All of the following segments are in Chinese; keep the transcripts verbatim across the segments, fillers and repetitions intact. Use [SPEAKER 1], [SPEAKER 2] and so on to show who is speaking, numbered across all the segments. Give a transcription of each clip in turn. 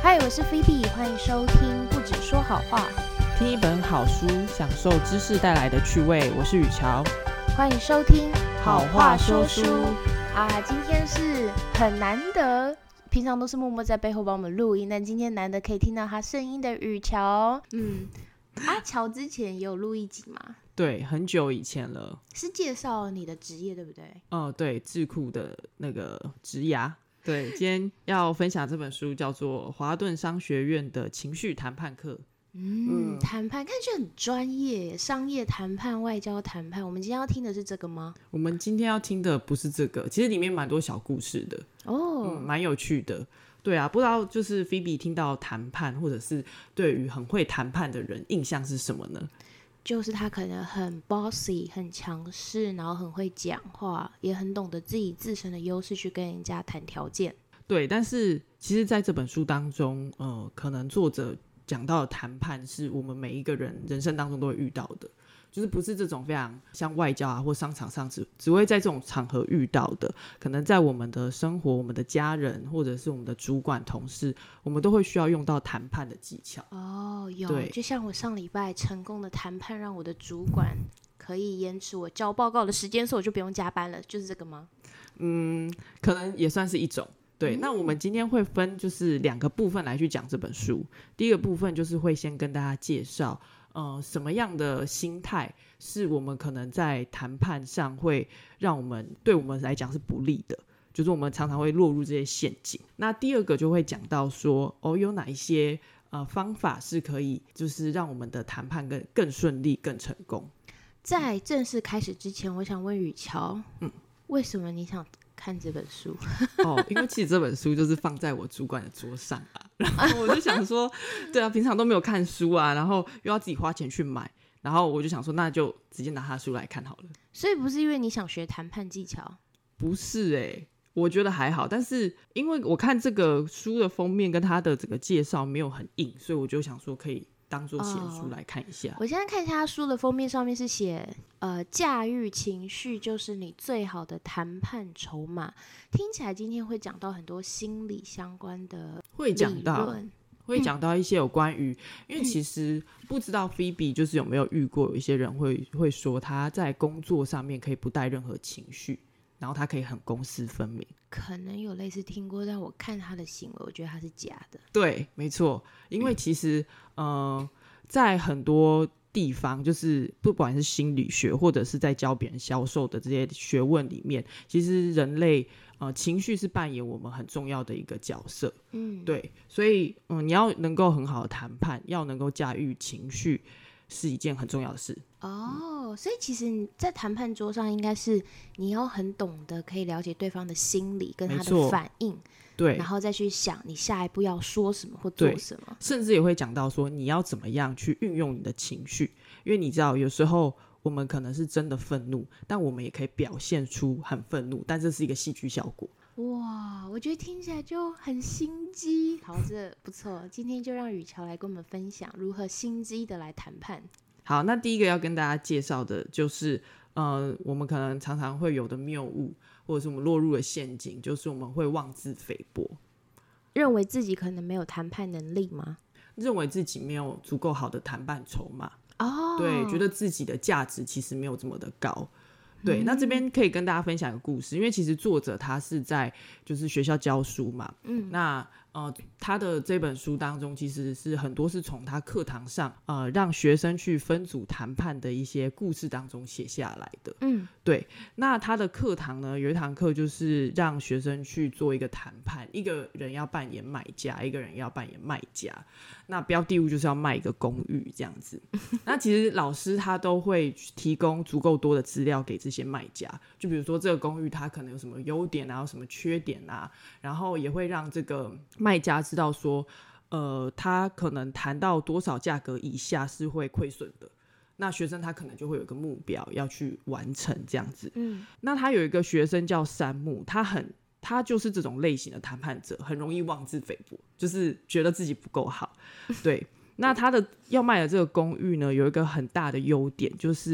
[SPEAKER 1] 嗨，我是 Phoebe， 欢迎收听不只说好话，
[SPEAKER 2] 听一本好书，享受知识带来的趣味。我是雨乔，
[SPEAKER 1] 欢迎收听
[SPEAKER 2] 好话说书
[SPEAKER 1] 啊！今天是很难得，平常都是默默在背后帮我们录音，但今天难得可以听到他声音的雨乔。嗯，阿乔之前也有录一集吗？
[SPEAKER 2] 对，很久以前了，
[SPEAKER 1] 是介绍你的职业对不对？
[SPEAKER 2] 哦、呃，对，智库的那个职涯。对，今天要分享这本书叫做《华顿商学院的情绪谈判课》。
[SPEAKER 1] 嗯，谈判看起来很专业，商业谈判、外交谈判。我们今天要听的是这个吗？
[SPEAKER 2] 我们今天要听的不是这个，其实里面蛮多小故事的哦，嗯，蛮有趣的。对啊，不知道就是 Phoebe 听到谈判，或者是对于很会谈判的人印象是什么呢？
[SPEAKER 1] 就是他可能很 bossy 很强势，然后很会讲话，也很懂得自己自身的优势去跟人家谈条件。
[SPEAKER 2] 对，但是其实在这本书当中呃，可能作者讲到的谈判是我们每一个人人生当中都会遇到的，就是不是这种非常像外交啊或商场上 只, 只会在这种场合遇到的，可能在我们的生活、我们的家人或者是我们的主管同事，我们都会需要用到谈判的技巧。
[SPEAKER 1] 哦，有，就像我上礼拜成功的谈判让我的主管可以延迟我交报告的时间，所以我就不用加班了，就是这个吗？
[SPEAKER 2] 嗯，可能也算是一种。对，那我们今天会分就是两个部分来去讲这本书。第一个部分就是会先跟大家介绍呃，什么样的心态是我们可能在谈判上会让我们对我们来讲是不利的，就是我们常常会落入这些陷阱。那第二个就会讲到说哦，有哪一些呃方法是可以就是让我们的谈判更更顺利更成功。
[SPEAKER 1] 在正式开始之前，我想问雨乔，嗯，为什么你想看这本书？
[SPEAKER 2] 哦，因为其实这本书就是放在我主管的桌上啊，然后我就想说，对啊，平常都没有看书啊，然后又要自己花钱去买，然后我就想说，那就直接拿他的书来看好了。
[SPEAKER 1] 所以不是因为你想学谈判技巧？
[SPEAKER 2] 不是欸，我觉得还好，但是因为我看这个书的封面跟他的整个介绍没有很硬，所以我就想说可以当作闲书来看一下。
[SPEAKER 1] 哦，我现在看一下他书的封面，上面是写呃，驾驭情绪就是你最好的谈判筹码。听起来今天会讲到很多心理相关的理论，
[SPEAKER 2] 会讲到会讲到一些有关于、嗯、因为其实不知道 Phoebe 就是有没有遇过有一些人会会说他在工作上面可以不带任何情绪，然后他可以很公私分明。
[SPEAKER 1] 可能有类似听过，但我看他的行为我觉得他是假的。
[SPEAKER 2] 对，没错，因为其实、嗯、呃，在很多地方，就是不管是心理学或者是在教别人销售的这些学问里面，其实人类呃情绪是扮演我们很重要的一个角色。嗯，对，所以嗯，你要能够很好的谈判，要能够驾驭情绪，是一件很重要的事。
[SPEAKER 1] 哦，所以其实你在谈判桌上应该是你要很懂得可以了解对方的心理跟他的反应，对，然后再去想你下一步要说什么或做什么，
[SPEAKER 2] 甚至也会讲到说你要怎么样去运用你的情绪，因为你知道有时候我们可能是真的愤怒，但我们也可以表现出很愤怒，但这是一个戏剧效果。
[SPEAKER 1] 哇，我觉得听起来就很心机。好，这不错，今天就让雨乔来跟我们分享如何心机的来谈判。
[SPEAKER 2] 好，那第一个要跟大家介绍的就是呃，我们可能常常会有的谬误，或者是我们落入的陷阱，就是我们会妄自菲薄，
[SPEAKER 1] 认为自己可能没有谈判能力吗？
[SPEAKER 2] 认为自己没有足够好的谈判筹码。哦，对，觉得自己的价值其实没有这么的高。对，那这边可以跟大家分享一个故事，因为其实作者他是在就是学校教书嘛，嗯，那呃他的这本书当中其实是很多是从他课堂上呃让学生去分组谈判的一些故事当中写下来的。嗯，对，那他的课堂呢有一堂课就是让学生去做一个谈判，一个人要扮演买家，一个人要扮演卖家，那标的物就是要卖一个公寓这样子。那其实老师他都会提供足够多的资料给这些卖家，就比如说这个公寓它可能有什么优点啊，有什么缺点啊，然后也会让这个卖家知道说呃，他可能谈到多少价格以下是会亏损的，那学生他可能就会有一个目标要去完成这样子。嗯，那他有一个学生叫山木，他很他就是这种类型的谈判者，很容易妄自菲薄，就是觉得自己不够好。对，那他的要卖的这个公寓呢有一个很大的优点，就是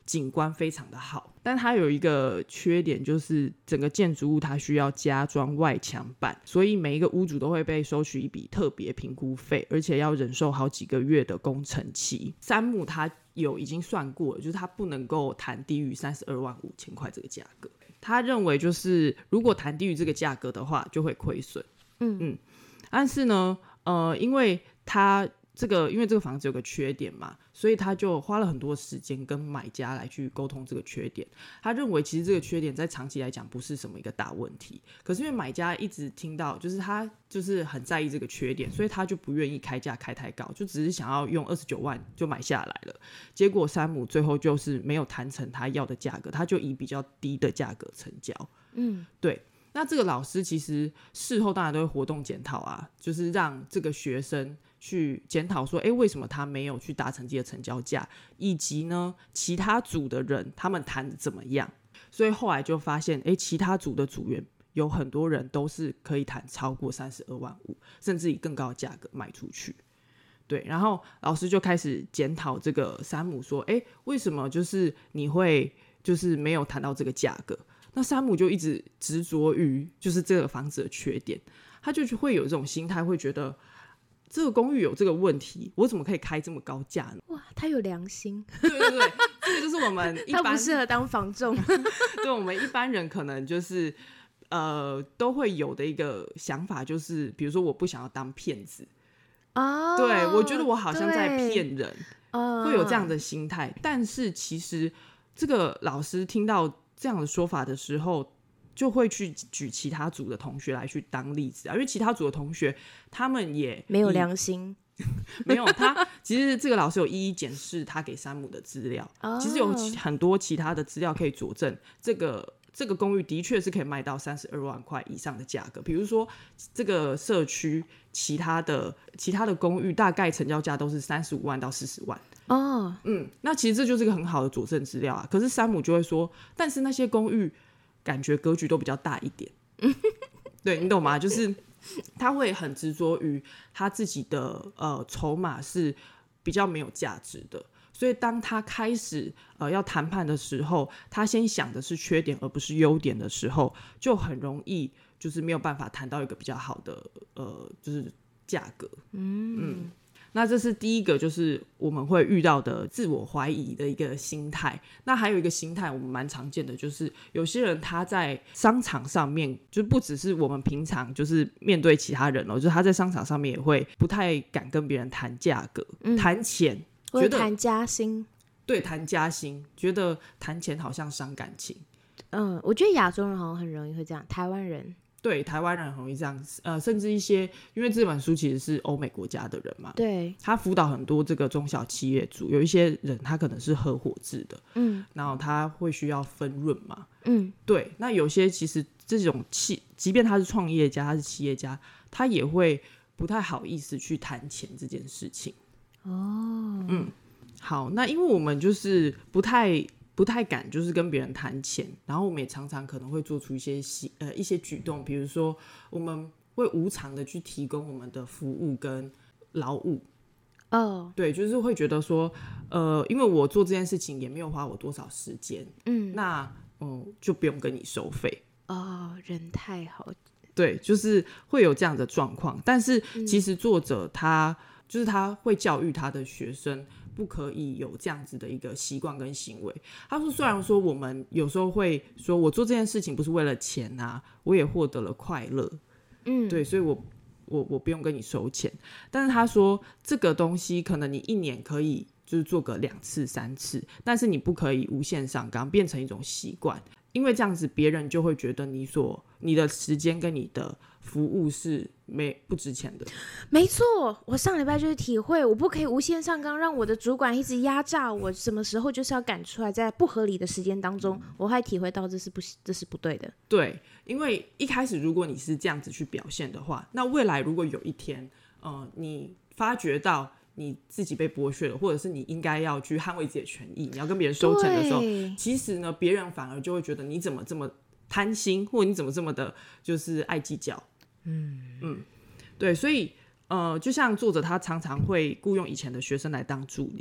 [SPEAKER 2] 景观非常的好，但它有一个缺点，就是整个建筑物它需要加装外墙板，所以每一个屋主都会被收取一笔特别评估费，而且要忍受好几个月的工程期。山姆他有已经算过了，就是他不能够谈低于三十二万五千块这个价格。他认为就是如果谈低于这个价格的话，就会亏损。嗯嗯，但是呢，呃，因为他这个因为这个房子有个缺点嘛，所以他就花了很多时间跟买家来去沟通这个缺点。他认为其实这个缺点在长期来讲不是什么一个大问题，可是因为买家一直听到就是他就是很在意这个缺点，所以他就不愿意开价开太高，就只是想要用二十九万就买下来了。结果山姆最后就是没有谈成他要的价格，他就以比较低的价格成交。嗯，对。那这个老师其实事后当然都会活动检讨啊，就是让这个学生去检讨说，哎，为什么他没有去达成自己的成交价，以及呢，其他组的人他们谈的怎么样？所以后来就发现，哎，其他组的组员有很多人都是可以谈超过三十二万五，甚至以更高的价格卖出去。对，然后老师就开始检讨这个山姆说，哎，为什么就是你会就是没有谈到这个价格？那山姆就一直执着于就是这个房子的缺点，他就会有这种心态，会觉得这个公寓有这个问题，我怎么可以开这么高价呢？
[SPEAKER 1] 哇，他有良心。
[SPEAKER 2] 对对对，这个就是我们一般
[SPEAKER 1] 他不适合当房仲。
[SPEAKER 2] 对，我们一般人可能就是呃都会有的一个想法，就是比如说我不想要当骗子。哦，对，我觉得我好像在骗人，会有这样的心态。但是其实这个老师听到这样的说法的时候，就会去举其他组的同学来去当例子啊，因为其他组的同学他们也
[SPEAKER 1] 没有良心。
[SPEAKER 2] 没有，他其实这个老师有一一检视他给山姆的资料，哦，其实有很多其他的资料可以佐证这个这个公寓的确是可以卖到三十二万块以上的价格。比如说这个社区其他的其他的公寓大概成交价都是三十五万到四十万。哦，嗯，那其实这就是一个很好的佐证资料啊。可是山姆就会说，但是那些公寓感觉格局都比较大一点。对，你懂吗？就是他会很执着于他自己的呃筹码是比较没有价值的，所以当他开始呃要谈判的时候，他先想的是缺点而不是优点的时候，就很容易就是没有办法谈到一个比较好的呃就是价格。嗯嗯。那这是第一个，就是我们会遇到的自我怀疑的一个心态。那还有一个心态我们蛮常见的，就是有些人他在商场上面，就不只是我们平常就是面对其他人哦，就是他在商场上面也会不太敢跟别人谈价格、嗯、谈钱，
[SPEAKER 1] 或者谈加薪。
[SPEAKER 2] 对，谈加薪，觉得谈钱好像伤感情。
[SPEAKER 1] 嗯，我觉得亚洲人好像很容易会这样，台湾人。
[SPEAKER 2] 对，台湾人很容易这样，呃，甚至一些，因为这本书其实是欧美国家的人嘛，
[SPEAKER 1] 对，
[SPEAKER 2] 他辅导很多这个中小企业主，有一些人他可能是合伙制的，嗯，然后他会需要分润嘛，嗯，对，那有些其实这种企，即便他是创业家，他是企业家，他也会不太好意思去谈钱这件事情。哦，嗯，好，那因为我们就是不太。不太敢就是跟别人谈钱，然后我们也常常可能会做出一些呃一些举动，比如说我们会无偿的去提供我们的服务跟劳务。哦， oh. 对，就是会觉得说，呃，因为我做这件事情也没有花我多少时间，嗯，那嗯就不用跟你收费。
[SPEAKER 1] 哦，人太好。
[SPEAKER 2] 对，就是会有这样的状况，但是其实作者他、嗯、就是他会教育他的学生。不可以有这样子的一个习惯跟行为。他说虽然说我们有时候会说我做这件事情不是为了钱啊，我也获得了快乐，嗯，对，所以我我我不用跟你收钱，但是他说这个东西可能你一年可以就是做个两次三次，但是你不可以无限上纲，变成一种习惯，因为这样子别人就会觉得你所你的时间跟你的服务是没不值钱的。
[SPEAKER 1] 没错，我上礼拜就是体会，我不可以无限上纲，让我的主管一直压榨我，什么时候就是要赶出来，在不合理的时间当中，我还体会到这是不这是不对的。
[SPEAKER 2] 对，因为一开始如果你是这样子去表现的话，那未来如果有一天，呃，你发觉到你自己被剥削了，或者是你应该要去捍卫自己的权益，你要跟别人收钱的时候，其实呢，别人反而就会觉得你怎么这么贪心，或者你怎么这么的就是爱计较。嗯嗯，对，所以呃，就像作者他常常会雇用以前的学生来当助理，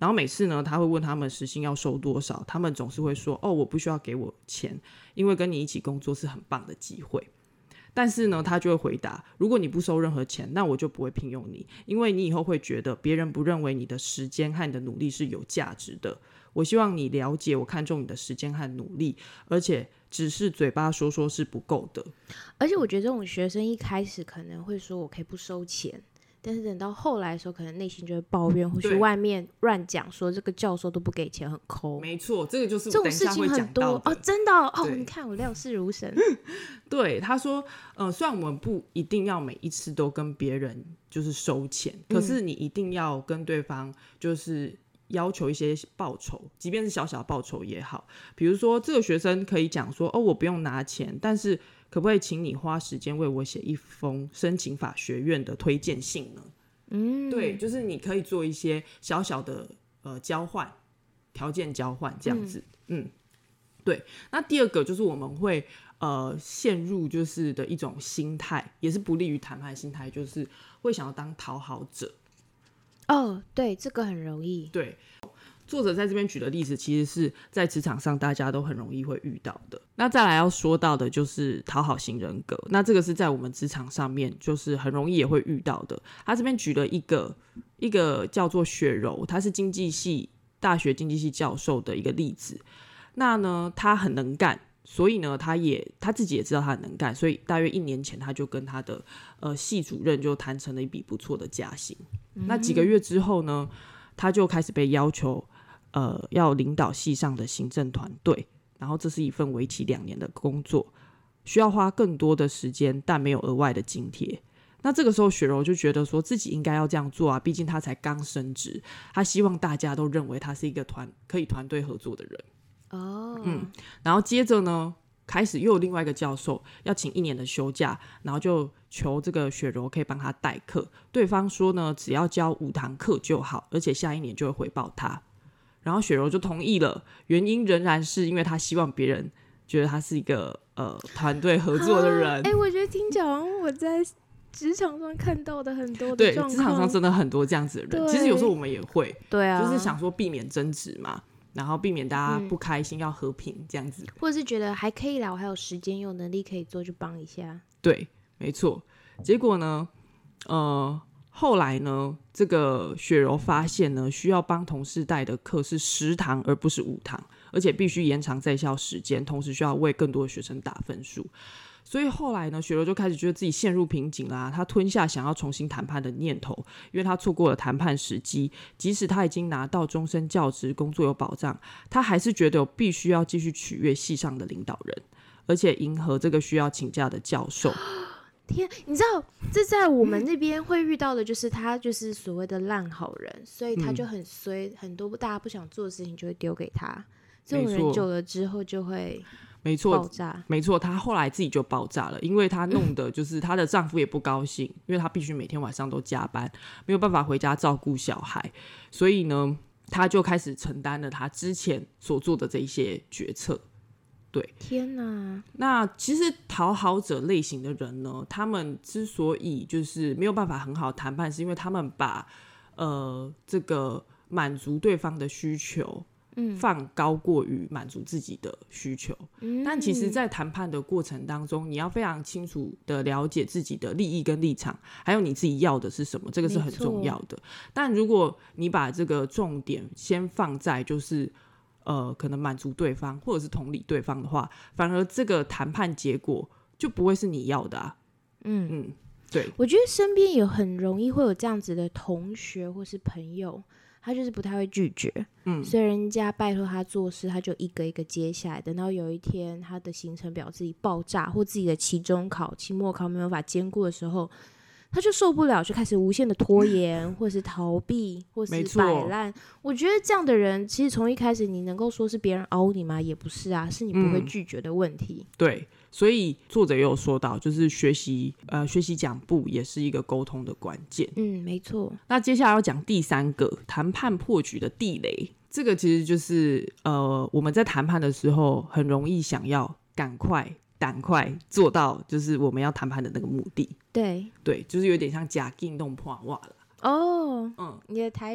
[SPEAKER 2] 然后每次呢他会问他们时薪要收多少，他们总是会说哦我不需要给我钱，因为跟你一起工作是很棒的机会。但是呢他就会回答，如果你不收任何钱，那我就不会聘用你，因为你以后会觉得别人不认为你的时间和你的努力是有价值的。我希望你了解我看重你的时间和努力，而且只是嘴巴说说是不够的。
[SPEAKER 1] 而且我觉得这种学生一开始可能会说我可以不收钱，但是等到后来的时候可能内心就会抱怨，或许外面乱讲说这个教授都不给钱很抠。
[SPEAKER 2] 没错，这个就是我等一下会讲到的。
[SPEAKER 1] 这种事情很多哦，真的 哦, 哦你看我料事如神
[SPEAKER 2] 对，他说呃，虽然我们不一定要每一次都跟别人就是收钱、嗯、可是你一定要跟对方就是要求一些报酬，即便是小小的报酬也好。比如说这个学生可以讲说哦我不用拿钱，但是可不可以请你花时间为我写一封申请法学院的推荐信呢？嗯，对，就是你可以做一些小小的呃交换，条件交换这样子。 嗯, 嗯对。那第二个就是我们会呃陷入就是的一种心态，也是不利于谈判的心态，就是会想要当讨好者。
[SPEAKER 1] 哦，对，这个很容易。
[SPEAKER 2] 对，作者在这边举的例子其实是在职场上大家都很容易会遇到的。那再来要说到的就是讨好型人格，那这个是在我们职场上面就是很容易也会遇到的。他这边举了一个一个叫做雪柔，他是经济系大学经济系教授的一个例子。那呢他很能干，所以呢他也他自己也知道他很能干，所以大约一年前他就跟他的呃系主任就谈成了一笔不错的加薪、嗯、那几个月之后呢他就开始被要求呃要领导系上的行政团队，然后这是一份为期两年的工作，需要花更多的时间但没有额外的津贴。那这个时候雪柔就觉得说自己应该要这样做啊，毕竟他才刚升职，他希望大家都认为他是一个团可以团队合作的人。哦，嗯，然后接着呢开始又有另外一个教授要请一年的休假，然后就求这个雪柔可以帮他代课。对方说呢只要教五堂课就好，而且下一年就会回报他。然后雪柔就同意了，原因仍然是因为他希望别人觉得他是一个呃团队合作的人。
[SPEAKER 1] 哎、啊欸，我觉得听起来我在职场上看到的很多的状况，
[SPEAKER 2] 对，职场上真的很多这样子的人。其实有时候我们也会，
[SPEAKER 1] 对啊，
[SPEAKER 2] 就是想说避免争执嘛，然后避免大家不开心、嗯、要和平这样子，
[SPEAKER 1] 或者是觉得还可以啦，我还有时间有能力可以做就帮一下。
[SPEAKER 2] 对，没错。结果呢呃后来呢这个雪柔发现呢需要帮同事带的课是十堂而不是五堂，而且必须延长在校时间，同时需要为更多的学生打分数。所以后来呢雪柔就开始觉得自己陷入瓶颈啦，他吞下想要重新谈判的念头，因为他错过了谈判时机，即使他已经拿到终身教职，工作有保障，他还是觉得有必须要继续取悦系上的领导人，而且迎合这个需要请假的教授。
[SPEAKER 1] 天，你知道这在我们那边会遇到的就是他就是所谓的烂好人，所以他就很衰、嗯、很多大家不想做的事情就会丢给他，这种人久了之后就会
[SPEAKER 2] 没错，
[SPEAKER 1] 爆炸。
[SPEAKER 2] 没错，她后来自己就爆炸了，因为她弄的就是她的丈夫也不高兴，因为她必须每天晚上都加班，没有办法回家照顾小孩，所以呢她就开始承担了她之前所做的这一些决策。对，
[SPEAKER 1] 天哪！
[SPEAKER 2] 那其实讨好者类型的人呢，他们之所以就是没有办法很好谈判，是因为他们把呃这个满足对方的需求放高过于满足自己的需求、嗯、但其实在谈判的过程当中，你要非常清楚的了解自己的利益跟立场，还有你自己要的是什么，这个是很重要的。但如果你把这个重点先放在就是呃可能满足对方或者是同理对方的话，反而这个谈判结果就不会是你要的啊。嗯嗯，对，
[SPEAKER 1] 我觉得身边有很容易会有这样子的同学或是朋友，他就是不太会拒绝，嗯，所以人家拜托他做事，他就一个一个接下来，等到有一天他的行程表自己爆炸，或自己的期中考、期末考没有办法兼顾的时候，他就受不了，就开始无限的拖延，或是逃避，或是摆烂。我觉得这样的人，其实从一开始你能够说是别人凹你吗？也不是啊，是你不会拒绝的问题。
[SPEAKER 2] 嗯、对，所以作者也有说到，就是学习呃学习讲不也是一个沟通的关键。
[SPEAKER 1] 嗯，没错。
[SPEAKER 2] 那接下来要讲第三个谈判破局的地雷，这个其实就是呃我们在谈判的时候很容易想要赶快赶快做到就是我们要谈判的那个目的。
[SPEAKER 1] 对对，
[SPEAKER 2] 就是有点像假劲弄破袜了。
[SPEAKER 1] 哦，嗯，你的台语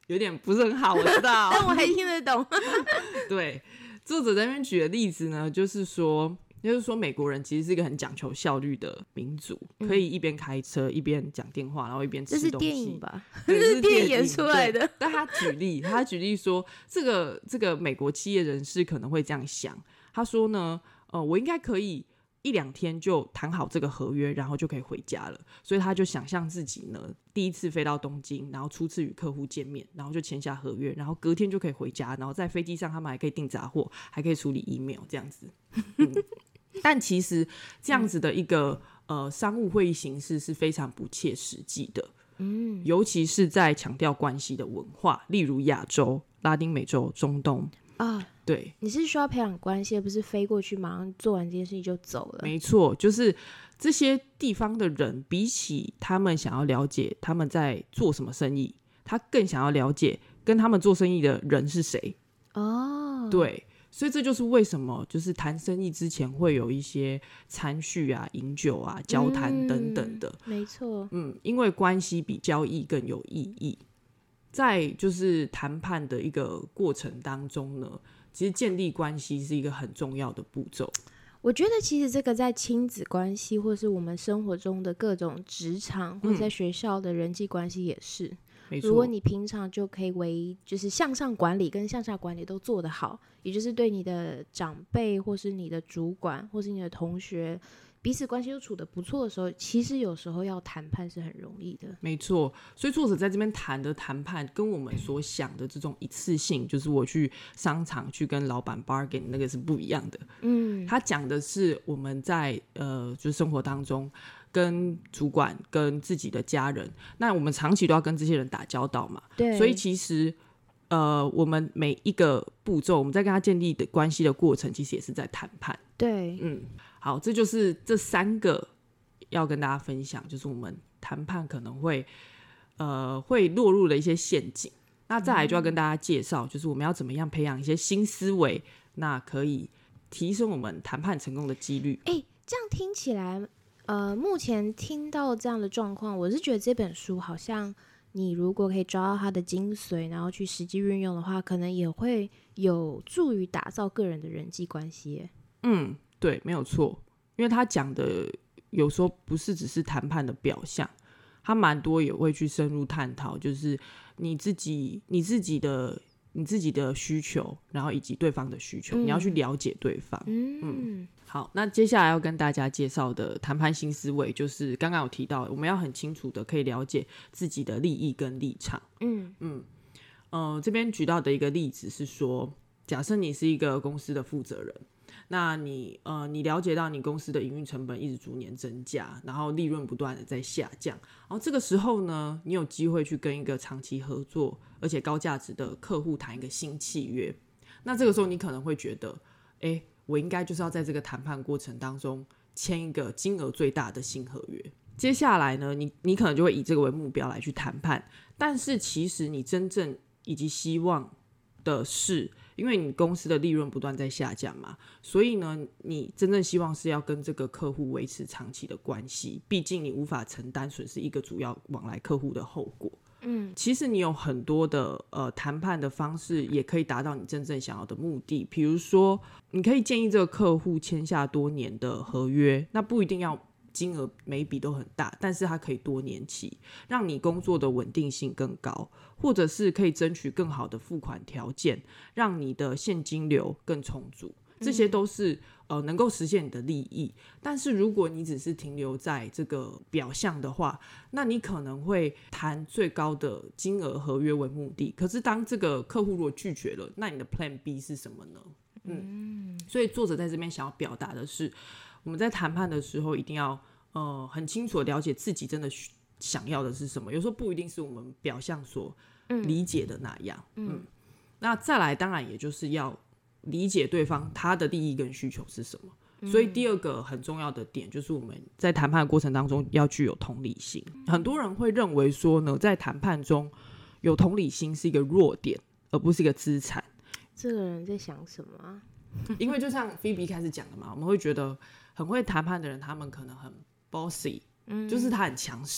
[SPEAKER 2] 有点不是很好，我知道，
[SPEAKER 1] 但我还听得懂。
[SPEAKER 2] 对，作者在那边举的例子呢，就是说。就是说美国人其实是一个很讲求效率的民族，嗯、可以一边开车一边讲电话，然后一边吃东西。
[SPEAKER 1] 这是电影吧？
[SPEAKER 2] 对，
[SPEAKER 1] 这是电影演出来的。
[SPEAKER 2] 但他举例，他举例说，这个这个美国企业人士可能会这样想，他说呢，呃，我应该可以一两天就谈好这个合约，然后就可以回家了。所以他就想象自己呢，第一次飞到东京，然后初次与客户见面，然后就签下合约，然后隔天就可以回家，然后在飞机上他们还可以订杂货，还可以处理 email 这样子。嗯但其实这样子的一个、嗯、呃商务会议形式是非常不切实际的，嗯，尤其是在强调关系的文化，例如亚洲、拉丁美洲、中东啊，对，
[SPEAKER 1] 你是需要培养关系，而不是飞过去马上做完这件事情就走了。
[SPEAKER 2] 没错，就是这些地方的人，比起他们想要了解他们在做什么生意，他更想要了解跟他们做生意的人是谁。哦，对。所以这就是为什么就是谈生意之前会有一些餐叙啊、饮酒啊、交谈等等的、
[SPEAKER 1] 嗯、没错，
[SPEAKER 2] 嗯，因为关系比交易更有意义。在就是谈判的一个过程当中呢，其实建立关系是一个很重要的步骤。
[SPEAKER 1] 我觉得其实这个在亲子关系或是我们生活中的各种职场或者在学校的人际关系也是、嗯如果你平常就可以为就是向上管理跟向下管理都做得好，也就是对你的长辈或是你的主管或是你的同学彼此关系都处得不错的时候，其实有时候要谈判是很容易的。
[SPEAKER 2] 没错，所以作者在这边谈的谈判跟我们所想的这种一次性，就是我去商场去跟老板 bargain 那个是不一样的。嗯，他讲的是我们在呃就是生活当中跟主管跟自己的家人，那我们长期都要跟这些人打交道嘛，对，所以其实呃我们每一个步骤我们在跟他建立的关系的过程其实也是在谈判。
[SPEAKER 1] 对，
[SPEAKER 2] 嗯，好，这就是这三个要跟大家分享，就是我们谈判可能会呃会落入的一些陷阱。那再来就要跟大家介绍、嗯、就是我们要怎么样培养一些新思维，那可以提升我们谈判成功的几率。
[SPEAKER 1] 哎、欸，这样听起来呃，目前听到这样的状况，我是觉得这本书好像你如果可以抓到它的精髓，然后去实际运用的话，可能也会有助于打造个人的人际关系耶。
[SPEAKER 2] 嗯，对，没有错，因为他讲的有时候不是只是谈判的表象，他蛮多也会去深入探讨，就是你自己、你自己的、你自己的需求，然后以及对方的需求，嗯、你要去了解对方。嗯。嗯好，那接下来要跟大家介绍的谈判新思维，就是刚刚有提到，我们要很清楚的可以了解自己的利益跟立场。嗯嗯，呃，这边举到的一个例子是说，假设你是一个公司的负责人，那你呃你了解到你公司的营运成本一直逐年增加，然后利润不断的在下降，然后这个时候呢，你有机会去跟一个长期合作而且高价值的客户谈一个新契约，那这个时候你可能会觉得，哎。我应该就是要在这个谈判过程当中签一个金额最大的新合约。接下来呢，你你可能就会以这个为目标来去谈判，但是其实你真正以及希望的是，因为你公司的利润不断在下降嘛，所以呢，你真正希望是要跟这个客户维持长期的关系，毕竟你无法承担损失一个主要往来客户的后果。嗯，其实你有很多的呃谈判的方式，也可以达到你真正想要的目的。比如说，你可以建议这个客户签下多年的合约，那不一定要金额每一笔都很大，但是它可以多年期，让你工作的稳定性更高，或者是可以争取更好的付款条件，让你的现金流更充足。这些都是呃能够实现你的利益，但是如果你只是停留在这个表象的话，那你可能会谈最高的金额合约为目的，可是当这个客户如果拒绝了，那你的 Plan B 是什么呢？嗯，所以作者在这边想要表达的是，我们在谈判的时候一定要呃很清楚的了解自己真的想要的是什么，有时候不一定是我们表象所理解的那样。嗯，嗯那再来当然也就是要理解对方他的利益跟需求是什么、嗯、所以第二个很重要的点就是我们在谈判的过程当中要具有同理心、嗯、很多人会认为说呢，在谈判中有同理心是一个弱点而不是一个资产。
[SPEAKER 1] 这个人在想什么啊？
[SPEAKER 2] 因为就像 Phoebe 开始讲的嘛，我们会觉得很会谈判的人他们可能很 bossy、嗯、就是他很强势，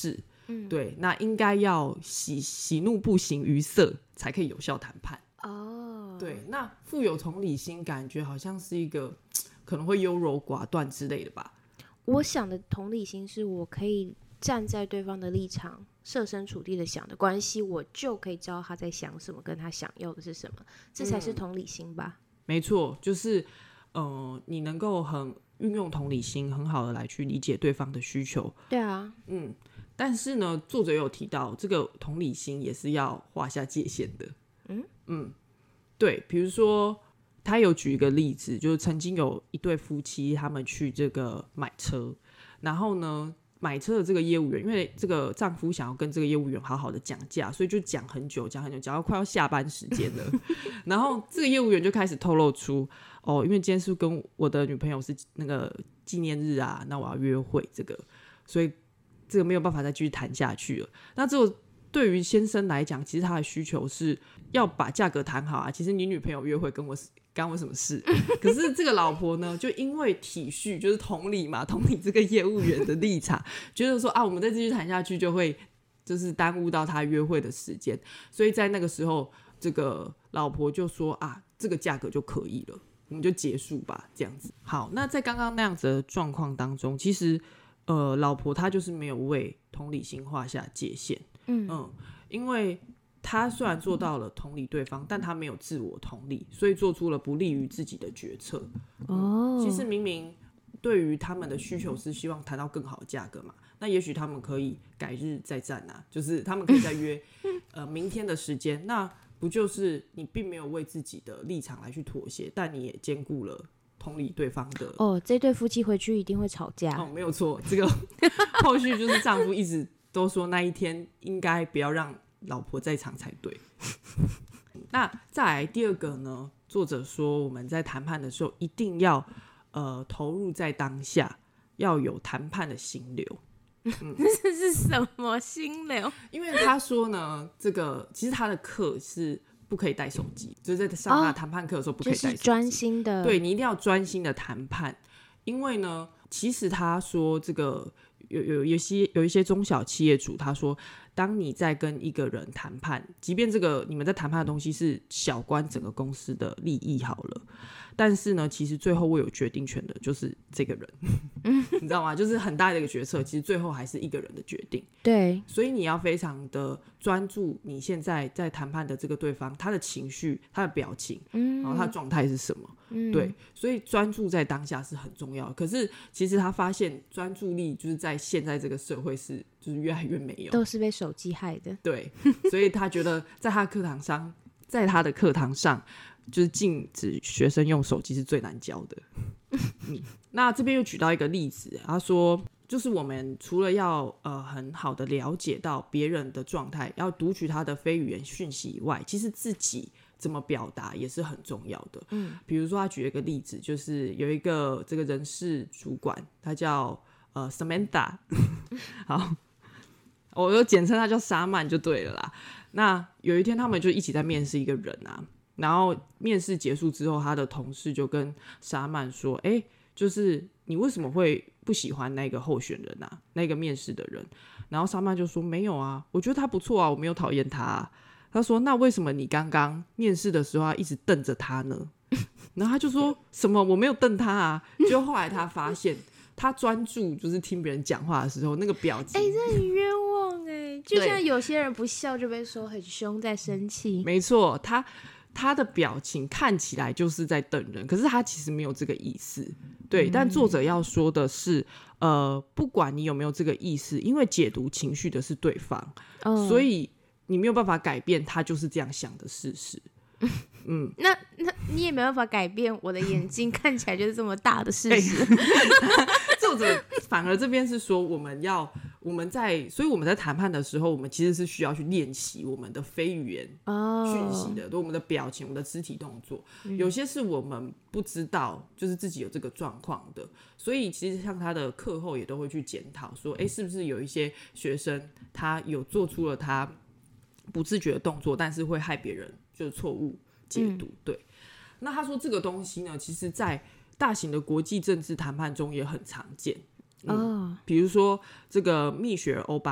[SPEAKER 2] 嗯，对，那应该要喜喜怒不形于色才可以有效谈判。哦，对，那富有同理心感觉好像是一个可能会优柔寡断之类的吧。
[SPEAKER 1] 我想的同理心是我可以站在对方的立场，设身处地的想的关系，我就可以知道他在想什么，跟他想要的是什么，这才是同理心吧。嗯、
[SPEAKER 2] 没错，就是呃，你能够很运用同理心，很好的来去理解对方的需求。
[SPEAKER 1] 对啊，
[SPEAKER 2] 嗯，但是呢，作者有提到，这个同理心也是要画下界限的。嗯嗯，对，比如说。他有举一个例子，就是曾经有一对夫妻，他们去这个买车，然后呢，买车的这个业务员，因为这个丈夫想要跟这个业务员好好的讲价，所以就讲很久，讲很久，讲到快要下班时间了。然后这个业务员就开始透露出，哦，因为今天是跟我的女朋友是那个纪念日啊，那我要约会这个，所以这个没有办法再继续谈下去了。那这个对于先生来讲，其实他的需求是要把价格谈好啊。其实你女朋友约会跟我干我什么事？可是这个老婆呢，就因为体恤，就是同理嘛，同理这个业务员的立场，觉得说啊，我们再继续谈下去就会就是耽误到他约会的时间，所以在那个时候，这个老婆就说啊，这个价格就可以了，我们就结束吧，这样子。好，那在刚刚那样子的状况当中，其实呃，老婆她就是没有为同理心画下界限，嗯嗯，因为。他虽然做到了同理对方，但他没有自我同理，所以做出了不利于自己的决策。哦、嗯，其实明明对于他们的需求是希望谈到更好的价格嘛，那也许他们可以改日再战啊，就是他们可以再约呃明天的时间，那不就是你并没有为自己的立场来去妥协，但你也兼顾了同理对方的。
[SPEAKER 1] 哦，这对夫妻回去一定会吵架。
[SPEAKER 2] 哦，没有错，这个后续就是丈夫一直都说那一天应该不要让老婆在场才对。那再来第二个呢？作者说我们在谈判的时候一定要呃投入在当下，要有谈判的心流。
[SPEAKER 1] 嗯、这是什么心流？
[SPEAKER 2] 因为他说呢，这个其实他的课是不可以带手机，就是在上他的谈判课的时候不可以带手机，
[SPEAKER 1] 就是专心的。
[SPEAKER 2] 对，你一定要专心的谈判，因为呢，其实他说这个有有有些有一些中小企业主，他说。当你在跟一个人谈判，即便这个你们在谈判的东西是小关整个公司的利益好了，但是呢，其实最后握有决定权的就是这个人，你知道吗？就是很大的一个决策，其实最后还是一个人的决定。
[SPEAKER 1] 对，
[SPEAKER 2] 所以你要非常的专注你现在在谈判的这个对方，他的情绪、他的表情，嗯，然后他的状态是什么。嗯、对，所以专注在当下是很重要的。可是其实他发现专注力就是在现在这个社会是就是越来越没有，
[SPEAKER 1] 都是被手机害的。
[SPEAKER 2] 对，所以他觉得在他课堂上，在他的课堂上，就是禁止学生用手机是最难教的。嗯，那这边又举到一个例子，他说，就是我们除了要呃很好的了解到别人的状态，要读取他的非语言讯息以外，其实自己怎么表达也是很重要的。嗯，比如说他举了一个例子，就是有一个这个人事主管，他叫呃 Samantha， 好。我就简称他叫沙曼就对了啦。那有一天他们就一起在面试一个人啊，然后面试结束之后，他的同事就跟沙曼说：“哎、欸，就是你为什么会不喜欢那个候选人啊？那个面试的人？”然后沙曼就说：“没有啊，我觉得他不错啊，我没有讨厌他啊。”他说：“那为什么你刚刚面试的时候一直瞪着他呢？”然后他就说什么我没有瞪他啊，就后来他发现他专注就是听别人讲话的时候那个表情，
[SPEAKER 1] 哎、欸，这很冤枉哎、欸，就像有些人不笑就被说很凶在生气，
[SPEAKER 2] 没错，他他的表情看起来就是在瞪人，可是他其实没有这个意思，对、嗯、但作者要说的是呃，不管你有没有这个意思，因为解读情绪的是对方、哦、所以你没有办法改变他就是这样想的事实。嗯，
[SPEAKER 1] 那那你也没办法改变我的眼睛看起来就是这么大的事实。
[SPEAKER 2] 欸、作者反而这边是说我们要我们在所以我们在谈判的时候，我们其实是需要去练习我们的非语言讯息的、哦、我们的表情、我们的肢体动作、嗯、有些是我们不知道就是自己有这个状况的，所以其实像他的课后也都会去检讨说，哎、欸，是不是有一些学生他有做出了他不自觉的动作，但是会害别人就是错误解读、嗯、对。那他说这个东西呢，其实在大型的国际政治谈判中也很常见。嗯，比、oh. 如说这个蜜雪儿奥巴马，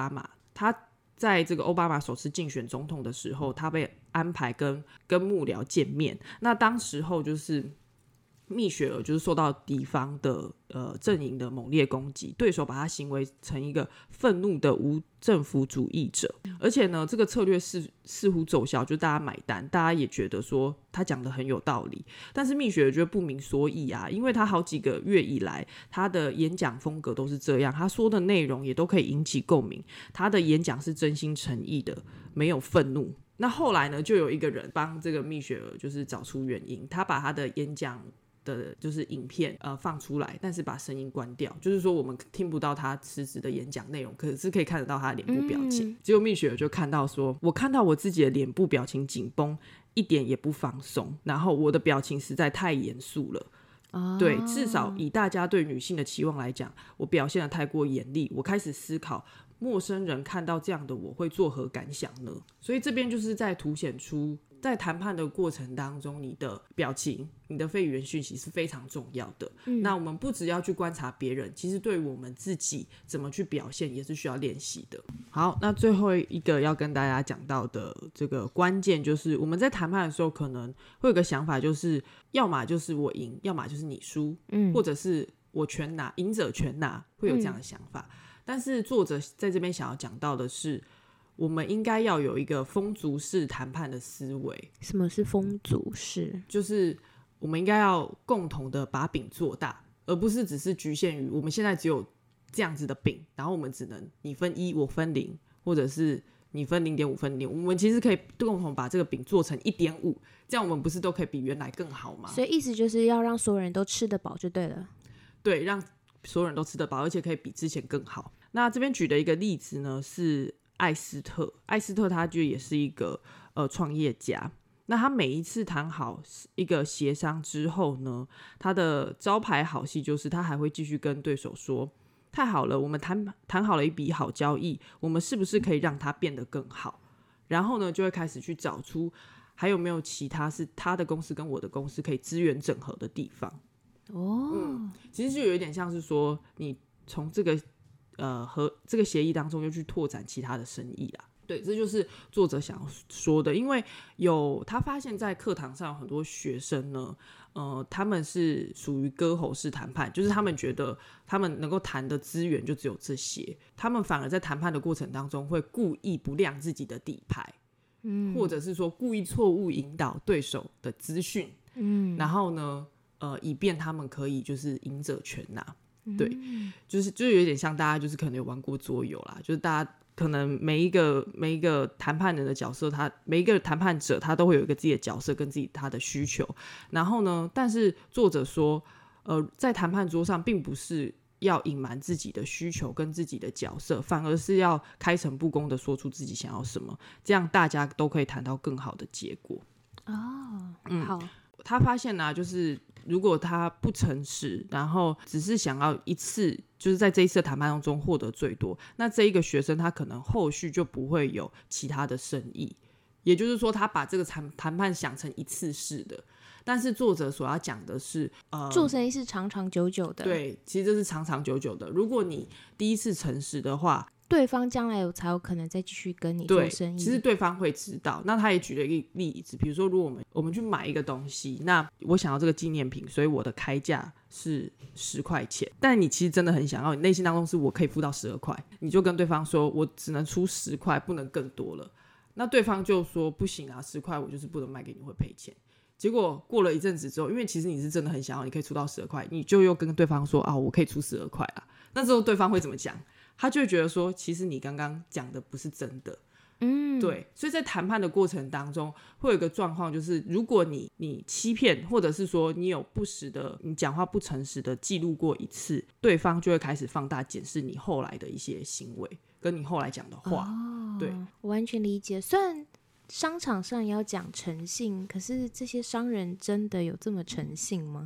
[SPEAKER 2] 他在这个奥巴马首次竞选总统的时候，他被安排跟跟幕僚见面。那当时候就是蜜雪儿就是受到敌方的呃阵营的猛烈攻击，对手把他行为成一个愤怒的无政府主义者，而且呢，这个策略似似乎奏效，就大家买单，大家也觉得说他讲的很有道理。但是蜜雪儿觉得不明所以啊，因为他好几个月以来，他的演讲风格都是这样，他说的内容也都可以引起共鸣，他的演讲是真心诚意的，没有愤怒。那后来呢，就有一个人帮这个蜜雪儿就是找出原因，他把他的演讲的就是影片呃放出来，但是把声音关掉，就是说我们听不到他实质的演讲内容，可是可以看得到他的脸部表情。嗯、结果蜜雪儿就看到说，我看到我自己的脸部表情紧绷，一点也不放松，然后我的表情实在太严肃了。哦、对，至少以大家对女性的期望来讲，我表现得太过严厉。我开始思考，陌生人看到这样的我会作何感想呢？所以这边就是在凸显出，在谈判的过程当中，你的表情、你的非语言讯息是非常重要的。嗯、那我们不只要去观察别人，其实对我们自己怎么去表现也是需要练习的。好，那最后一个要跟大家讲到的这个关键，就是我们在谈判的时候可能会有个想法，就是要么就是我赢，要么就是你输，嗯、或者是我全拿，赢者全拿，会有这样的想法。嗯、但是作者在这边想要讲到的是，我们应该要有一个丰足式谈判的思维。
[SPEAKER 1] 什么是丰足式？
[SPEAKER 2] 就是我们应该要共同的把饼做大，而不是只是局限于我们现在只有这样子的饼，然后我们只能你分一我分零，或者是你分零点五分零。我们其实可以共同把这个饼做成一点五，这样我们不是都可以比原来更好吗？
[SPEAKER 1] 所以意思就是要让所有人都吃得饱就对了。
[SPEAKER 2] 对，让所有人都吃得饱，而且可以比之前更好。那这边举的一个例子呢是艾斯特，艾斯特他就也是一个呃创业家。那他每一次谈好一个协商之后呢，他的招牌好戏就是他还会继续跟对手说，太好了，我们谈谈好了一笔好交易，我们是不是可以让它变得更好？然后呢，就会开始去找出还有没有其他是他的公司跟我的公司可以资源整合的地方。哦、嗯，其实就有一点像是说，你从这个呃和这个协议当中又去拓展其他的生意啦。对，这就是作者想要说的。因为有他发现在课堂上有很多学生呢，呃，他们是属于割喉式谈判，就是他们觉得他们能够谈的资源就只有这些，他们反而在谈判的过程当中会故意不亮自己的底牌，嗯，或者是说故意错误引导对手的资讯，嗯，然后呢，呃，以便他们可以就是赢者全拿。对，嗯、就是就有点像大家就是可能有玩过桌游啦，就是大家可能每一个每一个谈判人的角色，他每一个谈判者他都会有一个自己的角色跟自己他的需求，然后呢，但是作者说，呃，在谈判桌上并不是要隐瞒自己的需求跟自己的角色，反而是要开诚布公的说出自己想要什么，这样大家都可以谈到更好的结果。
[SPEAKER 1] 哦，嗯，好。
[SPEAKER 2] 他发现啊，就是如果他不诚实，然后只是想要一次，就是在这一次的谈判当中获得最多，那这一个学生他可能后续就不会有其他的生意。也就是说，他把这个谈谈判想成一次式的，但是作者所要讲的是，呃，
[SPEAKER 1] 做生意是长长久久的。
[SPEAKER 2] 对，其实这是长长久久的。如果你第一次诚实的话，
[SPEAKER 1] 对方将来有才有可能再继续跟你做生意。
[SPEAKER 2] 其实对方会知道。那他也举了一个例子，比如说，如果我们我们去买一个东西，那我想要这个纪念品，所以我的开价是十块钱，但你其实真的很想要，你内心当中是我可以付到十二块，你就跟对方说，我只能出十块，不能更多了。那对方就说不行啊，十块我就是不能卖给你，会赔钱。结果过了一阵子之后，因为其实你是真的很想要，你可以出到十二块，你就又跟对方说啊，我可以出十二块啊。那之后对方会怎么讲？他就会觉得说，其实你刚刚讲的不是真的，嗯，对。所以在谈判的过程当中，会有一个状况，就是如果你你欺骗，或者是说你有不实的，你讲话不诚实的记录过一次，对方就会开始放大检视你后来的一些行为，跟你后来讲的话。哦，对，
[SPEAKER 1] 我完全理解。虽然商场上也要讲诚信，可是这些商人真的有这么诚信吗？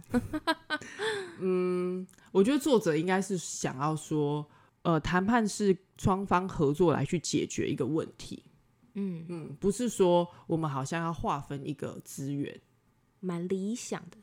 [SPEAKER 2] 嗯，我觉得作者应该是想要说，呃，谈判是双方合作来去解决一个问题。嗯嗯，不是说我们好像要划分一个资源，
[SPEAKER 1] 蛮理想的。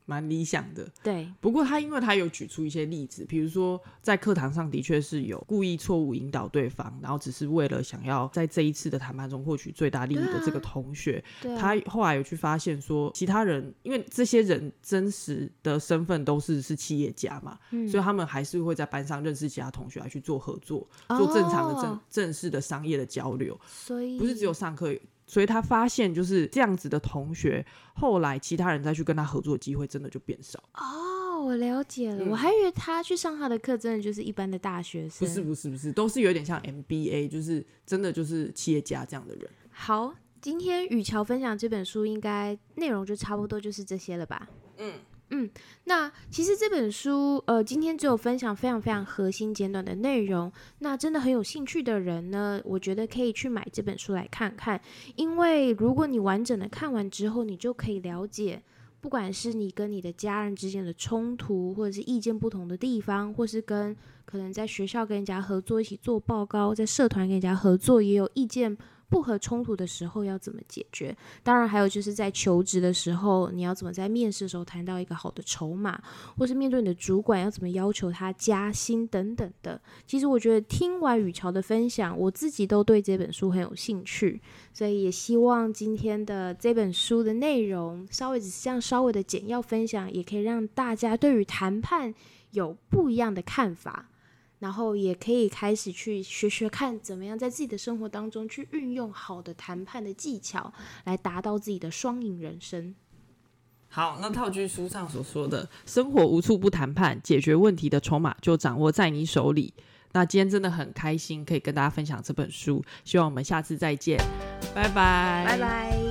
[SPEAKER 2] 蛮理想的。
[SPEAKER 1] 对，
[SPEAKER 2] 不过他因为他有举出一些例子，比如说在课堂上的确是有故意错误引导对方，然后只是为了想要在这一次的谈判中获取最大利益的这个同学、啊、他后来有去发现说其他人因为这些人真实的身份都是是企业家嘛、嗯、所以他们还是会在班上认识其他同学来去做合作、哦、做正常的 正, 正式的商业的交流，
[SPEAKER 1] 所以
[SPEAKER 2] 不是只有上课。所以他发现就是这样子的同学后来其他人再去跟他合作的机会真的就变少。
[SPEAKER 1] 哦，我了解了、嗯、我还以为他去上他的课真的就是一般的大学生。
[SPEAKER 2] 不是不是不是，都是有点像 M B A， 就是真的就是企业家这样的人。
[SPEAKER 1] 好，今天雨乔分享这本书应该内容就差不多就是这些了吧。嗯嗯，那其实这本书呃，今天只有分享非常非常核心简短的内容，那真的很有兴趣的人呢，我觉得可以去买这本书来看看，因为如果你完整的看完之后，你就可以了解不管是你跟你的家人之间的冲突，或者是意见不同的地方，或是跟可能在学校跟人家合作一起做报告，在社团跟人家合作也有意见不合冲突的时候要怎么解决，当然还有就是在求职的时候你要怎么在面试的时候谈到一个好的筹码，或是面对你的主管要怎么要求他加薪等等的。其实我觉得听完雨乔的分享，我自己都对这本书很有兴趣，所以也希望今天的这本书的内容稍微只是这样稍微的简要分享，也可以让大家对于谈判有不一样的看法，然后也可以开始去学学看怎么样在自己的生活当中去运用好的谈判的技巧来达到自己的双赢人生。
[SPEAKER 2] 好，那套句书上所说的生活无处不谈判，解决问题的筹码就掌握在你手里。那今天真的很开心可以跟大家分享这本书，希望我们下次再见，拜拜
[SPEAKER 1] 拜拜。